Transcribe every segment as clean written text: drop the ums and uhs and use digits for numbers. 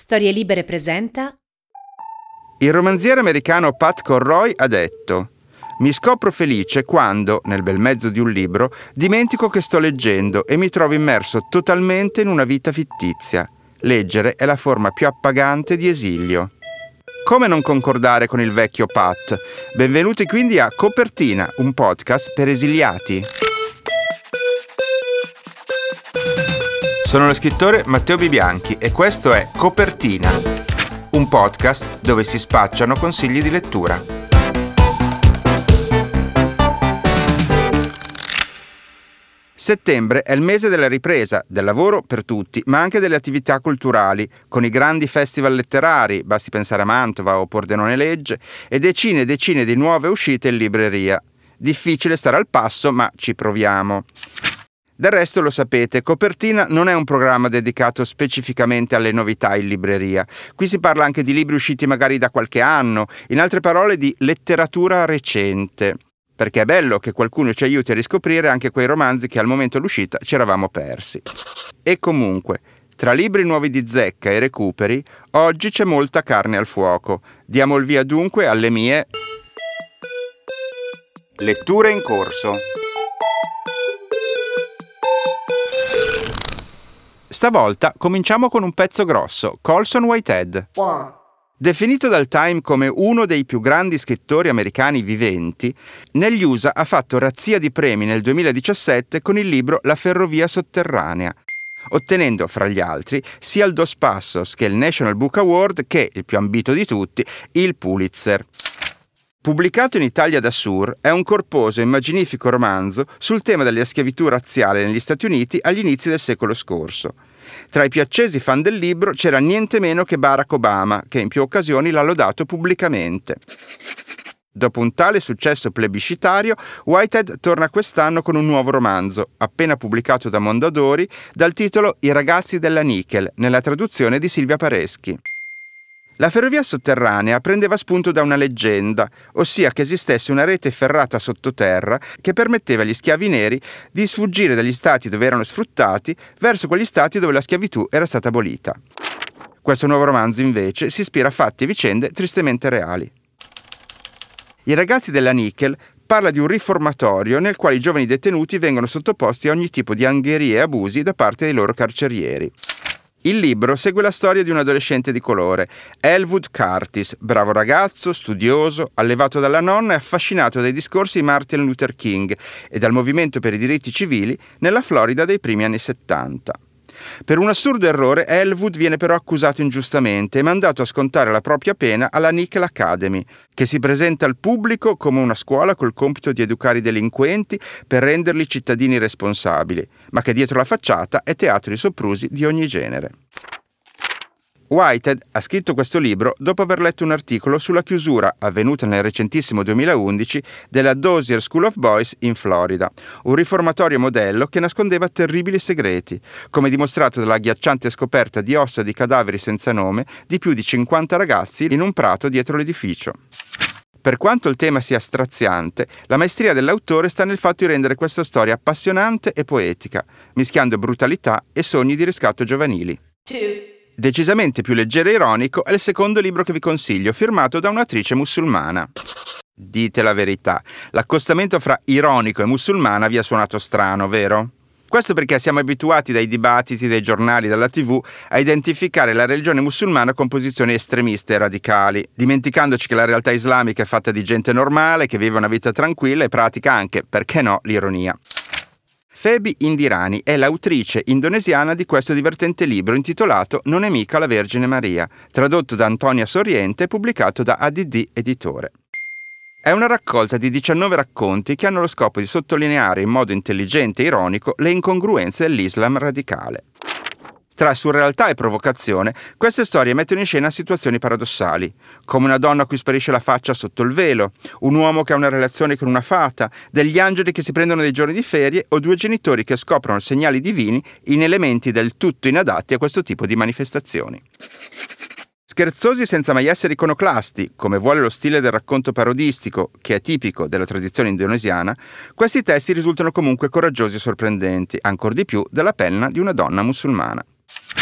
Storie Libere presenta. Il romanziere americano Pat Conroy ha detto: «Mi scopro felice quando, nel bel mezzo di un libro, dimentico che sto leggendo e mi trovo immerso totalmente in una vita fittizia. Leggere è la forma più appagante di esilio». Come non concordare con il vecchio Pat? Benvenuti quindi a Copertina, un podcast per esiliati. Sono lo scrittore Matteo Bibianchi e questo è Copertina, un podcast dove si spacciano consigli di lettura. Settembre è il mese della ripresa, del lavoro per tutti, ma anche delle attività culturali, con i grandi festival letterari, basti pensare a Mantova o Pordenone Legge, e decine di nuove uscite in libreria. Difficile stare al passo, ma ci proviamo. Del resto lo sapete, Copertina non è un programma dedicato specificamente alle novità in libreria. Qui si parla anche di libri usciti magari da qualche anno, in altre parole di letteratura recente. Perché è bello che qualcuno ci aiuti a riscoprire anche quei romanzi che al momento dell'uscita ci eravamo persi. E comunque, tra libri nuovi di zecca e recuperi, oggi c'è molta carne al fuoco. Diamo il via dunque alle mie letture in corso. Stavolta cominciamo con un pezzo grosso, Colson Whitehead. Definito dal Time come uno dei più grandi scrittori americani viventi, negli USA ha fatto razzia di premi nel 2017 con il libro La ferrovia sotterranea, ottenendo fra gli altri sia il Dos Passos che il National Book Award che, il più ambito di tutti, il Pulitzer. Pubblicato in Italia da Sur, è un corposo e immaginifico romanzo sul tema della schiavitù razziale negli Stati Uniti agli inizi del secolo scorso. Tra i più accesi fan del libro c'era niente meno che Barack Obama, che in più occasioni l'ha lodato pubblicamente. Dopo un tale successo plebiscitario, Whitehead torna quest'anno con un nuovo romanzo, appena pubblicato da Mondadori, dal titolo I ragazzi della Nickel, nella traduzione di Silvia Pareschi. La ferrovia sotterranea prendeva spunto da una leggenda, ossia che esistesse una rete ferrata sottoterra che permetteva agli schiavi neri di sfuggire dagli stati dove erano sfruttati verso quegli stati dove la schiavitù era stata abolita. Questo nuovo romanzo, invece, si ispira a fatti e vicende tristemente reali. I ragazzi della Nickel parla di un riformatorio nel quale i giovani detenuti vengono sottoposti a ogni tipo di angherie e abusi da parte dei loro carcerieri. Il libro segue la storia di un adolescente di colore, Elwood Curtis, bravo ragazzo, studioso, allevato dalla nonna e affascinato dai discorsi di Martin Luther King e dal movimento per i diritti civili nella Florida dei primi anni 70. Per un assurdo errore, Elwood viene però accusato ingiustamente e mandato a scontare la propria pena alla Nickel Academy, che si presenta al pubblico come una scuola col compito di educare i delinquenti per renderli cittadini responsabili, ma che dietro la facciata è teatro di soprusi di ogni genere. Whitehead ha scritto questo libro dopo aver letto un articolo sulla chiusura, avvenuta nel recentissimo 2011, della Dozier School of Boys in Florida, un riformatorio modello che nascondeva terribili segreti, come dimostrato dalla agghiacciante scoperta di ossa di cadaveri senza nome di più di 50 ragazzi in un prato dietro l'edificio. Per quanto il tema sia straziante, la maestria dell'autore sta nel fatto di rendere questa storia appassionante e poetica, mischiando brutalità e sogni di riscatto giovanili. Decisamente più leggero e ironico è il secondo libro che vi consiglio, firmato da un'attrice musulmana. Dite la verità, l'accostamento fra ironico e musulmana vi è suonato strano, vero? Questo perché siamo abituati dai dibattiti, dai giornali, dalla TV a identificare la religione musulmana con posizioni estremiste e radicali, dimenticandoci che la realtà islamica è fatta di gente normale, che vive una vita tranquilla e pratica anche, perché no, l'ironia. Febi Indirani è l'autrice indonesiana di questo divertente libro intitolato Non è mica la Vergine Maria, tradotto da Antonia Sorriente e pubblicato da ADD Editore. È una raccolta di 19 racconti che hanno lo scopo di sottolineare in modo intelligente e ironico le incongruenze dell'Islam radicale. Tra surrealtà e provocazione, queste storie mettono in scena situazioni paradossali, come una donna a cui sparisce la faccia sotto il velo, un uomo che ha una relazione con una fata, degli angeli che si prendono dei giorni di ferie o due genitori che scoprono segnali divini in elementi del tutto inadatti a questo tipo di manifestazioni. Scherzosi senza mai essere iconoclasti, come vuole lo stile del racconto parodistico, che è tipico della tradizione indonesiana, questi testi risultano comunque coraggiosi e sorprendenti, ancor di più dalla penna di una donna musulmana.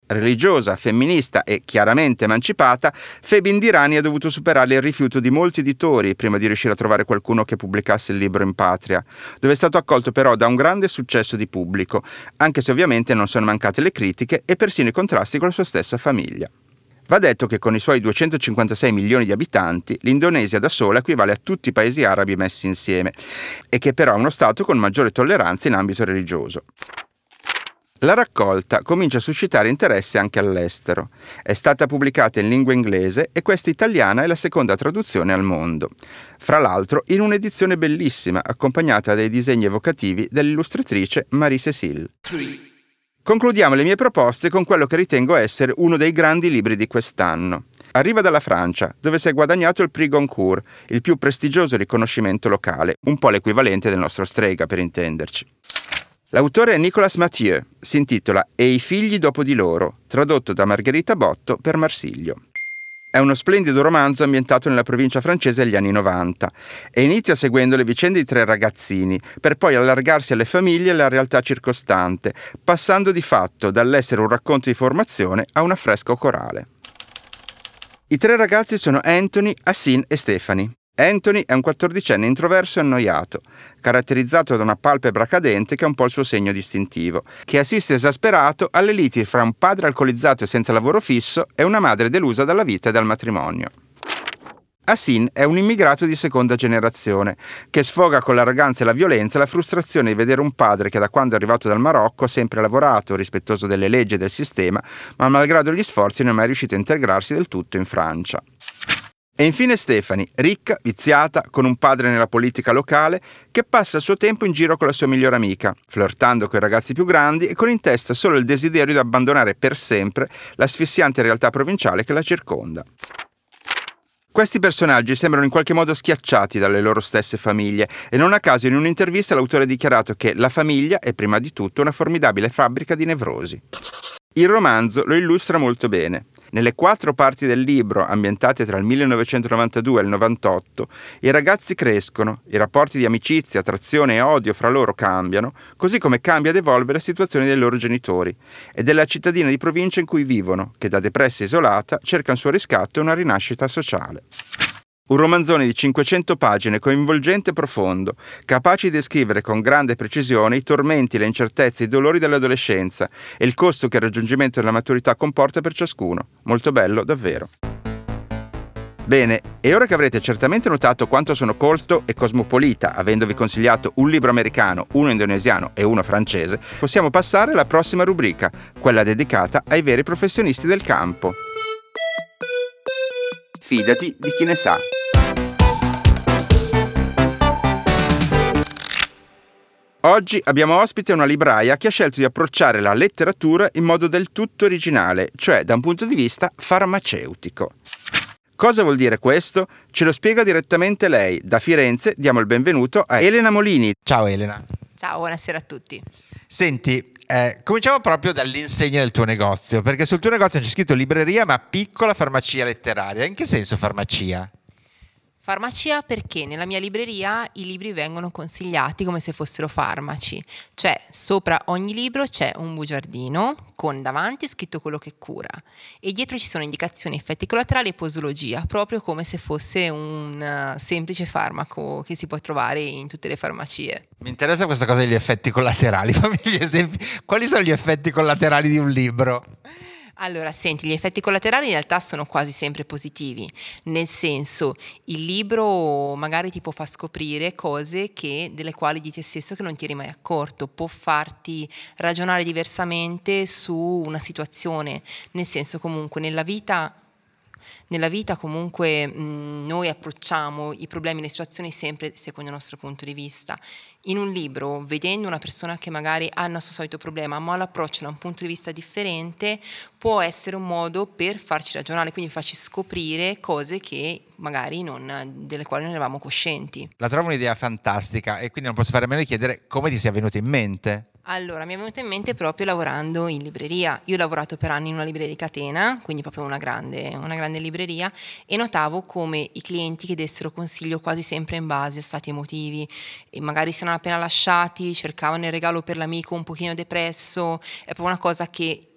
Religiosa, femminista e chiaramente emancipata, Feby Indirani ha dovuto superare il rifiuto di molti editori prima di riuscire a trovare qualcuno che pubblicasse il libro in patria, dove è stato accolto però da un grande successo di pubblico, anche se ovviamente non sono mancate le critiche e persino i contrasti con la sua stessa famiglia. Va detto che con i suoi 256 milioni di abitanti, l'Indonesia da sola equivale a tutti i paesi arabi messi insieme, e che però è uno stato con maggiore tolleranza in ambito religioso. La raccolta comincia a suscitare interesse anche all'estero. È stata pubblicata in lingua inglese e questa italiana è la seconda traduzione al mondo. Fra l'altro in un'edizione bellissima, accompagnata dai disegni evocativi dell'illustratrice Marie-Cécile. Concludiamo le mie proposte con quello che ritengo essere uno dei grandi libri di quest'anno. Arriva dalla Francia, dove si è guadagnato il Prix Goncourt, il più prestigioso riconoscimento locale, un po' l'equivalente del nostro Strega per intenderci. L'autore è Nicolas Mathieu, si intitola E i figli dopo di loro, tradotto da Margherita Botto per Marsilio. È uno splendido romanzo ambientato nella provincia francese agli anni 90 e inizia seguendo le vicende di 3 ragazzini, per poi allargarsi alle famiglie e alla realtà circostante, passando di fatto dall'essere un racconto di formazione a un affresco corale. I 3 ragazzi sono Anthony, Hassine e Stephanie. Anthony è un 14enne introverso e annoiato, caratterizzato da una palpebra cadente che è un po' il suo segno distintivo, che assiste esasperato alle liti fra un padre alcolizzato e senza lavoro fisso e una madre delusa dalla vita e dal matrimonio. Hassine è un immigrato di seconda generazione, che sfoga con l'arroganza e la violenza la frustrazione di vedere un padre che da quando è arrivato dal Marocco ha sempre lavorato, rispettoso delle leggi e del sistema, ma malgrado gli sforzi non è mai riuscito a integrarsi del tutto in Francia. E infine Stephanie, ricca, viziata, con un padre nella politica locale, che passa il suo tempo in giro con la sua migliore amica, flirtando con i ragazzi più grandi e con in testa solo il desiderio di abbandonare per sempre l'asfissiante realtà provinciale che la circonda. Questi personaggi sembrano in qualche modo schiacciati dalle loro stesse famiglie e non a caso in un'intervista l'autore ha dichiarato che la famiglia è prima di tutto una formidabile fabbrica di nevrosi. Il romanzo lo illustra molto bene. Nelle 4 parti del libro, ambientate tra il 1992 e il 98, i ragazzi crescono, i rapporti di amicizia, attrazione e odio fra loro cambiano, così come cambia ed evolve la situazione dei loro genitori e della cittadina di provincia in cui vivono, che da depressa e isolata cerca un suo riscatto e una rinascita sociale. Un romanzone di 500 pagine coinvolgente e profondo, capace di descrivere con grande precisione i tormenti, le incertezze, i dolori dell'adolescenza e il costo che il raggiungimento della maturità comporta per ciascuno. Molto bello, davvero. Bene, e ora che avrete certamente notato quanto sono colto e cosmopolita, avendovi consigliato un libro americano, uno indonesiano e uno francese, possiamo passare alla prossima rubrica, quella dedicata ai veri professionisti del campo. Fidati di chi ne sa. Oggi abbiamo ospite una libraia che ha scelto di approcciare la letteratura in modo del tutto originale, cioè da un punto di vista farmaceutico. Cosa vuol dire questo? Ce lo spiega direttamente lei. Da Firenze diamo il benvenuto a Elena Molini. Ciao Elena. Ciao, buonasera a tutti. Senti, cominciamo proprio dall'insegna del tuo negozio, perché sul tuo negozio c'è scritto libreria ma piccola farmacia letteraria. In che senso farmacia? Farmacia perché nella mia libreria i libri vengono consigliati come se fossero farmaci, cioè sopra ogni libro c'è un bugiardino con davanti scritto quello che cura e dietro ci sono indicazioni, effetti collaterali e posologia, proprio come se fosse un semplice farmaco che si può trovare in tutte le farmacie. Mi interessa questa cosa degli effetti collaterali, fammi gli esempi. Quali sono gli effetti collaterali di un libro? Allora, senti, gli effetti collaterali in realtà sono quasi sempre positivi, nel senso il libro magari ti può far scoprire cose delle quali di te stesso che non ti eri mai accorto, può farti ragionare diversamente su una situazione, nel senso comunque nella vita comunque noi approcciamo i problemi, le situazioni sempre secondo il nostro punto di vista. In un libro, vedendo una persona che magari ha il nostro solito problema, ma lo approccia da un punto di vista differente, può essere un modo per farci ragionare, quindi farci scoprire cose che magari delle quali non eravamo coscienti. La trovo un'idea fantastica e quindi non posso fare a meno di chiedere come ti sia venuta in mente. Allora, mi è venuta in mente proprio lavorando in libreria. Io ho lavorato per anni in una libreria di catena, quindi proprio una grande libreria, e notavo come i clienti chiedessero consiglio quasi sempre in base a stati emotivi. E magari si erano appena lasciati, cercavano il regalo per l'amico un pochino depresso, è proprio una cosa che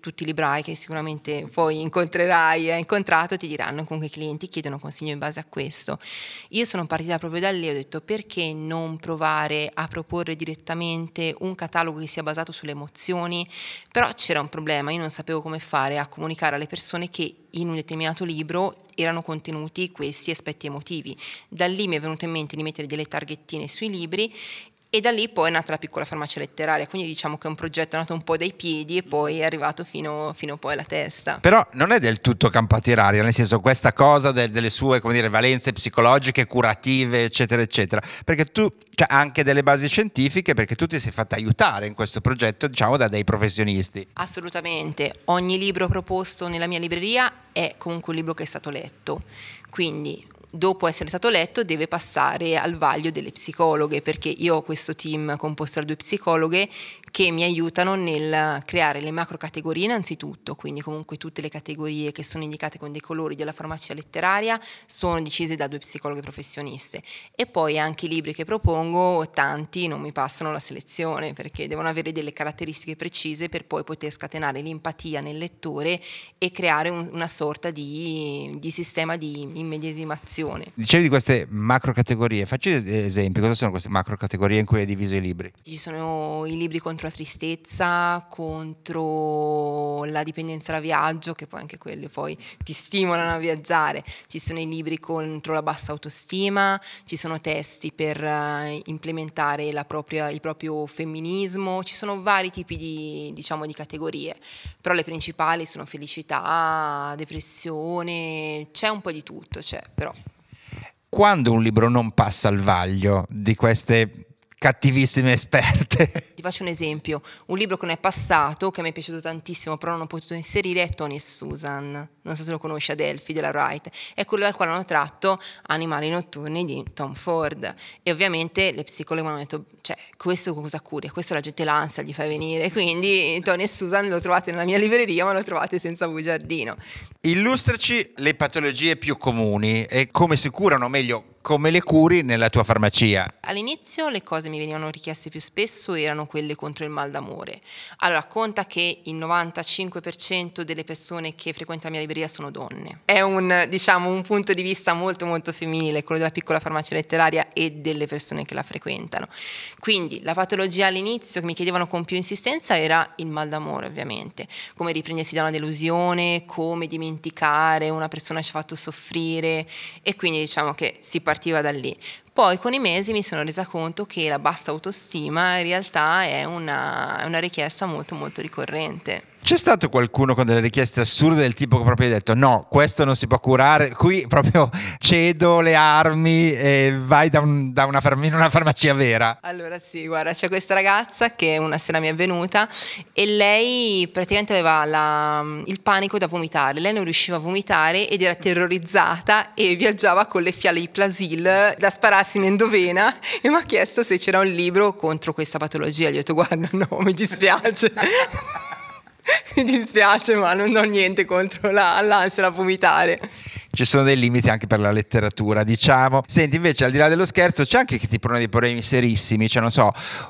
tutti i librai che sicuramente poi incontrerai e hai incontrato ti diranno, comunque i clienti chiedono consiglio in base a questo. Io sono partita proprio da lì, ho detto perché non provare a proporre direttamente un catalogo che sia basato sulle emozioni, però c'era un problema, io non sapevo come fare a comunicare alle persone che in un determinato libro erano contenuti questi aspetti emotivi. Da lì mi è venuto in mente di mettere delle targhettine sui libri e da lì poi è nata la piccola farmacia letteraria, quindi diciamo che è un progetto nato un po' dai piedi e poi è arrivato fino poi alla testa. Però non è del tutto campato in aria, nel senso questa cosa delle sue, come dire, valenze psicologiche, curative, eccetera, eccetera, perché tu c'è anche delle basi scientifiche, perché tu ti sei fatta aiutare in questo progetto, diciamo, da dei professionisti. Assolutamente, ogni libro proposto nella mia libreria è comunque un libro che è stato letto, quindi dopo essere stato letto deve passare al vaglio delle psicologhe, perché io ho questo team composto da 2 psicologhe che mi aiutano nel creare le macro categorie innanzitutto, quindi comunque tutte le categorie che sono indicate con dei colori della farmacia letteraria sono decise da 2 psicologhe professioniste, e poi anche i libri che propongo, tanti non mi passano la selezione perché devono avere delle caratteristiche precise per poi poter scatenare l'empatia nel lettore e creare una sorta di sistema di immedesimazione. Dicevi di queste macro categorie, facci esempi, cosa sono queste macro categorie in cui hai diviso i libri? Ci sono i libri contro la tristezza, contro la dipendenza da viaggio, che poi anche quelli poi ti stimolano a viaggiare, ci sono i libri contro la bassa autostima, ci sono testi per implementare il proprio femminismo, ci sono vari tipi di categorie, però le principali sono felicità, depressione, c'è un po' di tutto, però. Quando un libro non passa al vaglio di queste cattivissime esperte? Ti faccio un esempio, un libro che non è passato, che mi è piaciuto tantissimo però non ho potuto inserire, è Tony e Susan, non so se lo conosci, Adelphi della Wright, è quello dal quale hanno tratto Animali notturni di Tom Ford, e ovviamente le psicologhe mi hanno detto, questo cosa curi? Questo la gente l'ansia gli fai venire, quindi Tony e Susan lo trovate nella mia libreria ma lo trovate senza bugiardino. Illustraci le patologie più comuni e come si curano, meglio come le curi nella tua farmacia. All'inizio le cose mi venivano richieste più spesso erano quelle contro il mal d'amore. Allora, conta che il 95% delle persone che frequentano la mia libreria sono donne. È un punto di vista molto molto femminile, quello della piccola farmacia letteraria e delle persone che la frequentano. Quindi la patologia all'inizio che mi chiedevano con più insistenza era il mal d'amore, ovviamente. Come riprendersi da una delusione, come dimenticare una persona che ci ha fatto soffrire, e quindi diciamo che si partiva da lì. Poi con i mesi mi sono resa conto che la bassa autostima in realtà è una richiesta molto molto ricorrente. C'è stato qualcuno con delle richieste assurde del tipo che proprio hai detto no, questo non si può curare, qui proprio cedo le armi e vai in una farmacia vera? Allora sì, guarda, c'è questa ragazza che una sera mi è venuta e lei praticamente aveva il panico da vomitare, lei non riusciva a vomitare ed era terrorizzata e viaggiava con le fiale di Plasil da spararsi in endovena, e mi ha chiesto se c'era un libro contro questa patologia. Gli ho detto guarda no, mi dispiace. Mi dispiace, ma non ho niente contro l'ansia da vomitare. Ci sono dei limiti anche per la letteratura, diciamo. Senti, invece, al di là dello scherzo, c'è anche chi ti pone dei problemi serissimi, cioè non so,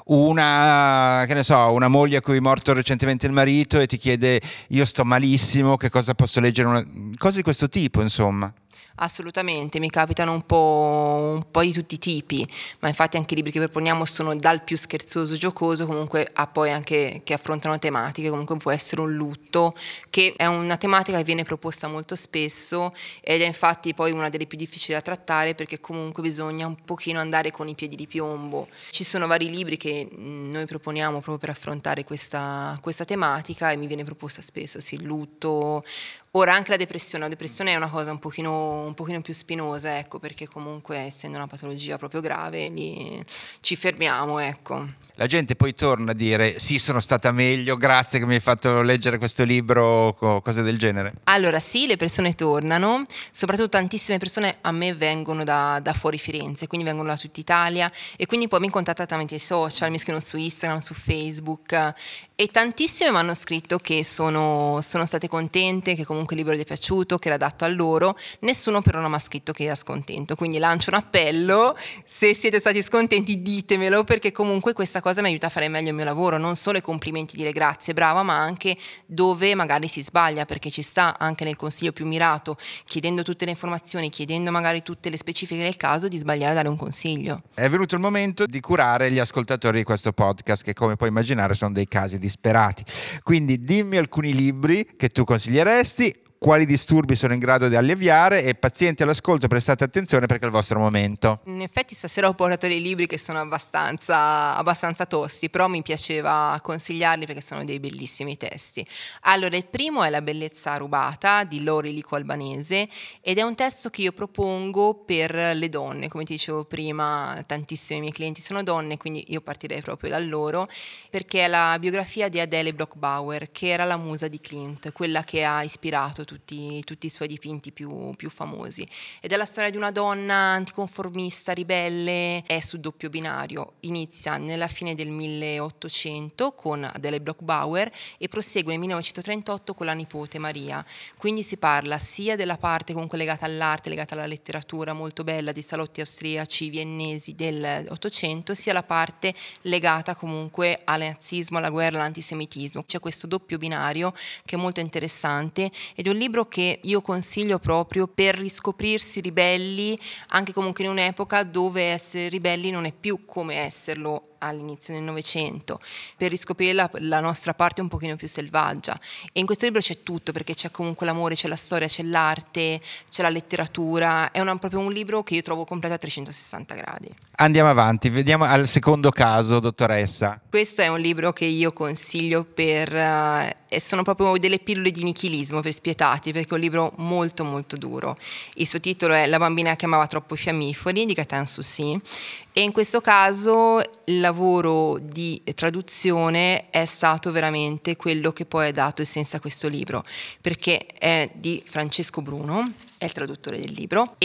una moglie a cui è morto recentemente il marito e ti chiede io sto malissimo, che cosa posso leggere, cose di questo tipo, insomma. Assolutamente, mi capitano un po' di tutti i tipi, ma infatti anche i libri che proponiamo sono dal più scherzoso, giocoso, comunque a poi anche che affrontano tematiche, comunque può essere un lutto, che è una tematica che viene proposta molto spesso ed è infatti poi una delle più difficili da trattare, perché comunque bisogna un pochino andare con i piedi di piombo. Ci sono vari libri che noi proponiamo proprio per affrontare questa tematica e mi viene proposta spesso, sì, il lutto. Ora anche la depressione è una cosa un pochino più spinosa, ecco, perché comunque essendo una patologia proprio grave lì ci fermiamo, ecco. La gente poi torna a dire sì, sono stata meglio, grazie che mi hai fatto leggere questo libro, cose del genere. Allora sì, le persone tornano, soprattutto tantissime persone a me vengono da fuori Firenze, quindi vengono da tutta Italia e quindi poi mi contattano tramite i social, mi scrivono su Instagram, su Facebook e tantissime mi hanno scritto che sono state contente, che comunque comunque il libro gli è piaciuto, che era adatto a loro. Nessuno però non mi ha scritto che era scontento, quindi lancio un appello: se siete stati scontenti ditemelo, perché comunque questa cosa mi aiuta a fare meglio il mio lavoro, non solo i complimenti, dire grazie, brava, ma anche dove magari si sbaglia, perché ci sta anche nel consiglio più mirato, chiedendo tutte le informazioni, chiedendo magari tutte le specifiche del caso, di sbagliare a dare un consiglio. È venuto il momento di curare gli ascoltatori di questo podcast, che come puoi immaginare sono dei casi disperati. Quindi dimmi alcuni libri che tu consiglieresti, quali disturbi sono in grado di alleviare, e pazienti all'ascolto, prestate attenzione perché è il vostro momento. In effetti stasera ho portato dei libri che sono abbastanza tosti, però mi piaceva consigliarli perché sono dei bellissimi testi. Allora, il primo è La bellezza rubata di Lori Lico Albanese, ed è un testo che io propongo per le donne. Come ti dicevo prima, tantissimi miei clienti sono donne, quindi io partirei proprio da loro, perché è la biografia di Adele Bloch-Bauer, che era la musa di Klimt, quella che ha ispirato tutti i suoi dipinti più famosi, ed è la storia di una donna anticonformista, ribelle. È su doppio binario, inizia nella fine del 1800 con Adele Bloch-Bauer e prosegue nel 1938 con la nipote Maria, quindi si parla sia della parte comunque legata all'arte, legata alla letteratura molto bella dei salotti austriaci viennesi dell'800, sia la parte legata comunque al nazismo, alla guerra, all'antisemitismo. C'è questo doppio binario che è molto interessante, ed è un libro che io consiglio proprio per riscoprirsi ribelli, anche comunque in un'epoca dove essere ribelli non è più come esserlo all'inizio del Novecento, per riscoprire la nostra parte un pochino più selvaggia. E in questo libro c'è tutto, perché c'è comunque l'amore, c'è la storia, c'è l'arte, c'è la letteratura. È proprio un libro che io trovo completo a 360 gradi. Andiamo avanti, vediamo al secondo caso, dottoressa. Questo è un libro che io consiglio sono proprio delle pillole di nichilismo per spietati, perché è un libro molto molto duro. Il suo titolo è La bambina che amava troppo i fiammiferi di Gaëtan Soucy, e in questo caso il lavoro di traduzione è stato veramente quello che poi ha dato il senso a questo libro, perché è di Francesco Bruno, è il traduttore del libro,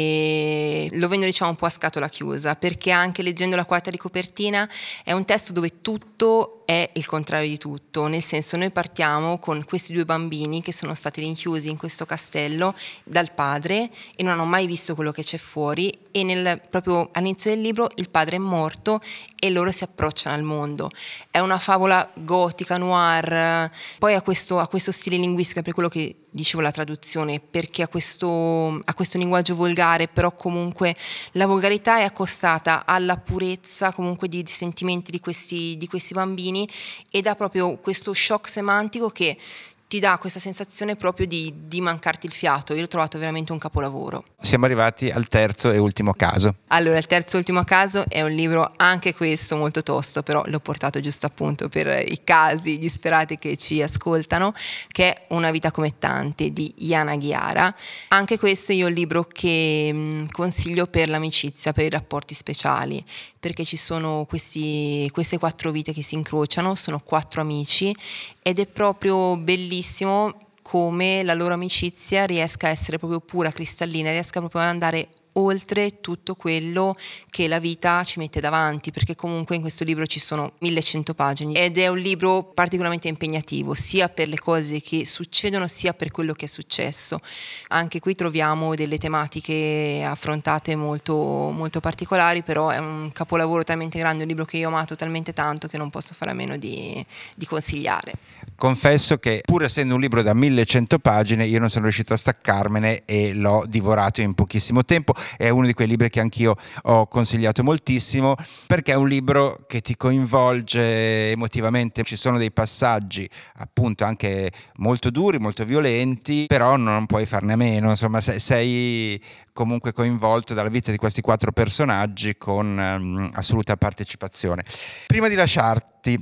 e lo vendo un po' a scatola chiusa, perché anche leggendo la quarta di copertina è un testo dove tutto è il contrario di tutto, nel senso, noi partiamo con questi due bambini che sono stati rinchiusi in questo castello dal padre e non hanno mai visto quello che c'è fuori, e proprio all'inizio del libro il padre è morto e loro si approcciano al mondo. È una favola gotica, noir, poi ha questo stile linguistico, per quello che dicevo la traduzione, perché ha questo linguaggio volgare, però comunque la volgarità è accostata alla purezza comunque di sentimenti di questi bambini, ed ha proprio questo shock semantico che ti dà questa sensazione proprio di mancarti il fiato. Io l'ho trovato veramente un capolavoro. Siamo arrivati al terzo e ultimo caso. Allora, il terzo e ultimo caso è un libro, anche questo molto tosto, però l'ho portato giusto appunto per i casi disperati che ci ascoltano, che è Una vita come tante di Jana Ghiara. Anche questo io è un libro che consiglio per l'amicizia, per i rapporti speciali, perché ci sono queste 4 vite che si incrociano, sono 4 amici, ed è proprio bellissimo come la loro amicizia riesca a essere proprio pura, cristallina, riesca proprio ad andare oltre tutto quello che la vita ci mette davanti, perché comunque in questo libro ci sono 1100 pagine ed è un libro particolarmente impegnativo, sia per le cose che succedono sia per quello che è successo. Anche qui troviamo delle tematiche affrontate molto, molto particolari, però è un capolavoro talmente grande, un libro che io ho amato talmente tanto che non posso fare a meno di consigliare. Confesso che pur essendo un libro da 1100 pagine io non sono riuscito a staccarmene e l'ho divorato in pochissimo tempo. È uno di quei libri che anch'io ho consigliato moltissimo, perché è un libro che ti coinvolge emotivamente. Ci sono dei passaggi appunto anche molto duri, molto violenti, però non puoi farne a meno, insomma sei comunque coinvolto dalla vita di questi 4 personaggi con assoluta partecipazione. Prima di lasciarti,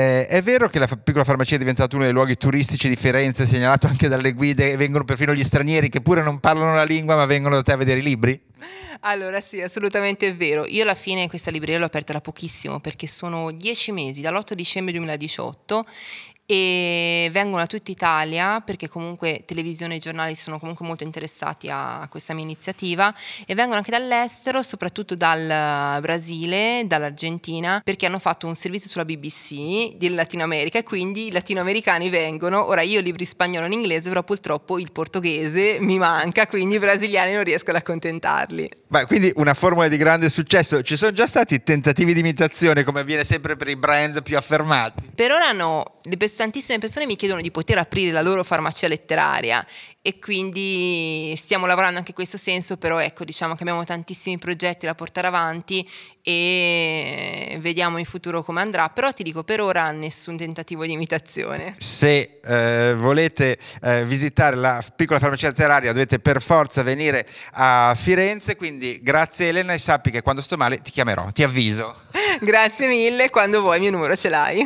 è vero che la piccola farmacia è diventata uno dei luoghi turistici di Firenze, segnalato anche dalle guide, e vengono perfino gli stranieri che pure non parlano la lingua ma vengono da te a vedere i libri? Allora sì, assolutamente è vero. Io alla fine questa libreria l'ho aperta da pochissimo, perché sono 10 mesi, dall'8 dicembre 2018, e vengono da tutta Italia, perché comunque televisione e giornali sono comunque molto interessati a questa mia iniziativa, e vengono anche dall'estero, soprattutto dal Brasile, dall'Argentina, perché hanno fatto un servizio sulla BBC del Latino America e quindi i latinoamericani vengono. Ora io ho libri in spagnolo e in inglese, però purtroppo il portoghese mi manca, quindi i brasiliani non riesco ad accontentarli. Beh, quindi una formula di grande successo. Ci sono già stati tentativi di imitazione, come avviene sempre per i brand più affermati? Per ora no, tantissime persone mi chiedono di poter aprire la loro farmacia letteraria e quindi stiamo lavorando anche in questo senso, però ecco, diciamo che abbiamo tantissimi progetti da portare avanti e vediamo in futuro come andrà, però ti dico, per ora nessun tentativo di imitazione. Se volete visitare la piccola farmacia letteraria dovete per forza venire a Firenze, quindi grazie Elena, e sappi che quando sto male ti chiamerò, ti avviso. Grazie mille, quando vuoi il mio numero ce l'hai.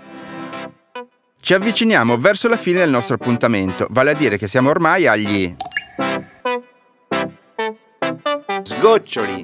Ci avviciniamo verso la fine del nostro appuntamento, vale a dire che siamo ormai agli sgoccioli.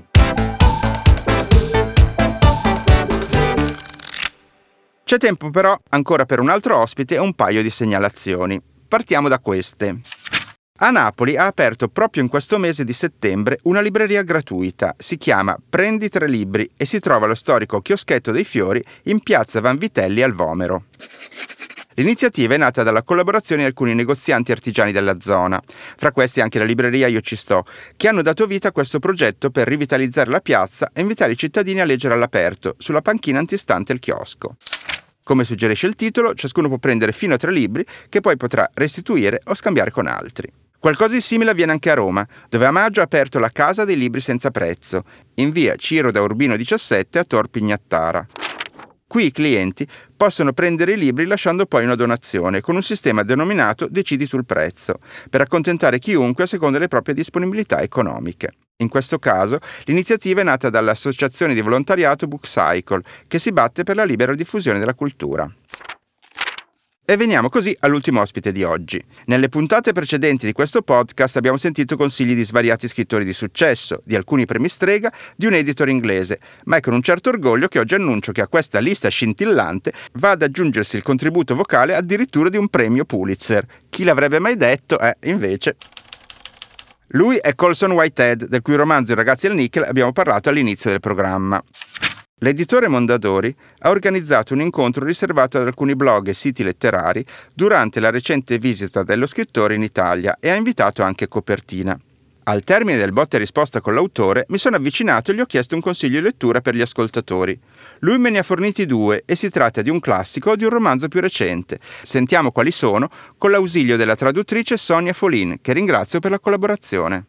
C'è tempo però ancora per un altro ospite e un paio di segnalazioni. Partiamo da queste. A Napoli ha aperto proprio in questo mese di settembre una libreria gratuita. Si chiama Prendi 3 libri e si trova allo storico Chioschetto dei Fiori in piazza Vanvitelli al Vomero. L'iniziativa è nata dalla collaborazione di alcuni negozianti artigiani della zona, fra questi anche la libreria Io Ci Sto, che hanno dato vita a questo progetto per rivitalizzare la piazza e invitare i cittadini a leggere all'aperto, sulla panchina antistante il chiosco. Come suggerisce il titolo, ciascuno può prendere fino a 3 libri che poi potrà restituire o scambiare con altri. Qualcosa di simile avviene anche a Roma, dove a maggio ha aperto la Casa dei Libri Senza Prezzo, in via Ciro da Urbino 17 a Tor Pignattara. Qui i clienti possono prendere i libri lasciando poi una donazione con un sistema denominato Decidi tu il prezzo, per accontentare chiunque a seconda delle proprie disponibilità economiche. In questo caso l'iniziativa è nata dall'associazione di volontariato Bookcycle, che si batte per la libera diffusione della cultura. E veniamo così all'ultimo ospite di oggi. Nelle puntate precedenti di questo podcast abbiamo sentito consigli di svariati scrittori di successo, di alcuni premi strega, di un editor inglese, ma è con un certo orgoglio che oggi annuncio che a questa lista scintillante va ad aggiungersi il contributo vocale addirittura di un premio Pulitzer. Chi l'avrebbe mai detto? Invece... Lui è Colson Whitehead, del cui romanzo I ragazzi del Nickel abbiamo parlato all'inizio del programma. L'editore Mondadori ha organizzato un incontro riservato ad alcuni blog e siti letterari durante la recente visita dello scrittore in Italia e ha invitato anche copertina. Al termine del botta e risposta con l'autore mi sono avvicinato e gli ho chiesto un consiglio di lettura per gli ascoltatori. Lui me ne ha forniti 2 e si tratta di un classico o di un romanzo più recente. Sentiamo quali sono con l'ausilio della traduttrice Sonia Folin, che ringrazio per la collaborazione.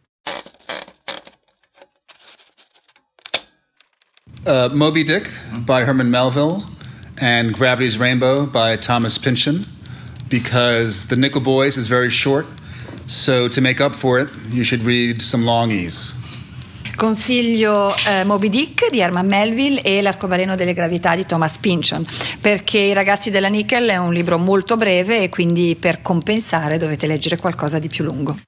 Moby Dick by Herman Melville and Gravity's Rainbow by Thomas Pynchon, because The Nickel Boys is very short, so to make up for it, you should read some longies. Consiglio Moby Dick di Herman Melville e L'arcobaleno delle gravità di Thomas Pynchon, perché I ragazzi della Nickel è un libro molto breve e quindi per compensare dovete leggere qualcosa di più lungo.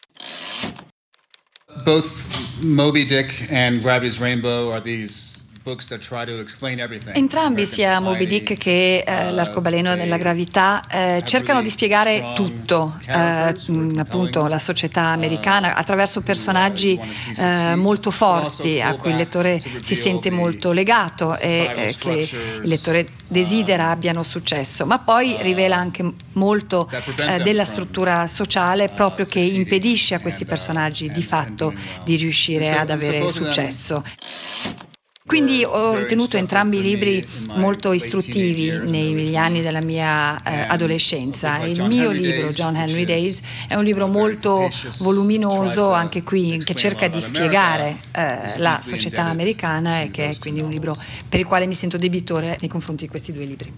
Both Moby Dick and Gravity's Rainbow are these Entrambi, sia Moby Dick che L'arcobaleno della gravità, cercano di spiegare tutto, appunto la società americana, attraverso personaggi molto forti a cui il lettore si sente molto legato e che il lettore desidera abbiano successo, ma poi rivela anche molto della struttura sociale proprio che impedisce a questi personaggi di fatto di riuscire ad avere successo. Quindi ho ritenuto entrambi i libri molto istruttivi negli anni della mia adolescenza. Il mio libro, John Henry Days, è un libro molto voluminoso, anche qui, che cerca di spiegare la società americana e che è quindi un libro per il quale mi sento debitore nei confronti di questi 2 libri.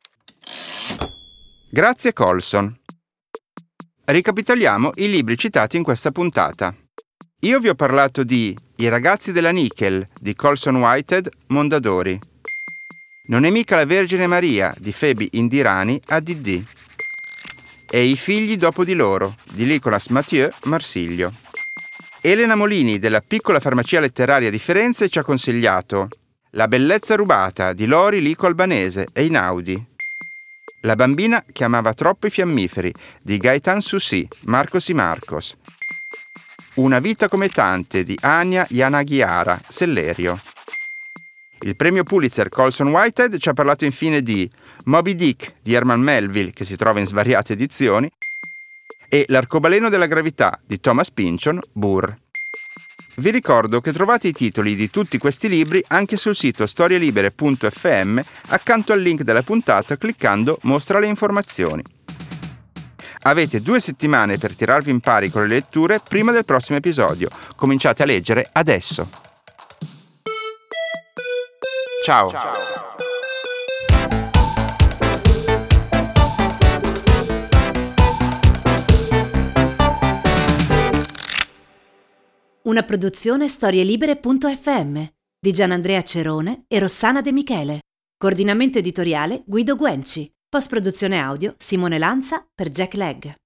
Grazie Colson. Ricapitoliamo i libri citati in questa puntata. Io vi ho parlato di I ragazzi della Nickel di Colson Whitehead, Mondadori. Non è mica la Vergine Maria di Febi Indirani, ADD. E I figli dopo di loro di Nicolas Mathieu, Marsiglio. Elena Molini della Piccola Farmacia Letteraria di Firenze ci ha consigliato La bellezza rubata di Lori Lico Albanese, Einaudi. La bambina che amava troppo i fiammiferi di Gaetan Sussi, Marcos y Marcos. Una vita come tante di Anya Yanagihara, Sellerio. Il premio Pulitzer Colson Whitehead ci ha parlato infine di Moby Dick di Herman Melville, che si trova in svariate edizioni, e L'arcobaleno della gravità di Thomas Pynchon, Burr. Vi ricordo che trovate i titoli di tutti questi libri anche sul sito storielibere.fm accanto al link della puntata cliccando Mostra le informazioni. Avete 2 settimane per tirarvi in pari con le letture prima del prossimo episodio. Cominciate a leggere adesso. Ciao. Una produzione storielibere.fm di Gianandrea Cerone e Rossana De Michele. Coordinamento editoriale Guido Guenci. Post-produzione audio Simone Lanza per Jack Legg.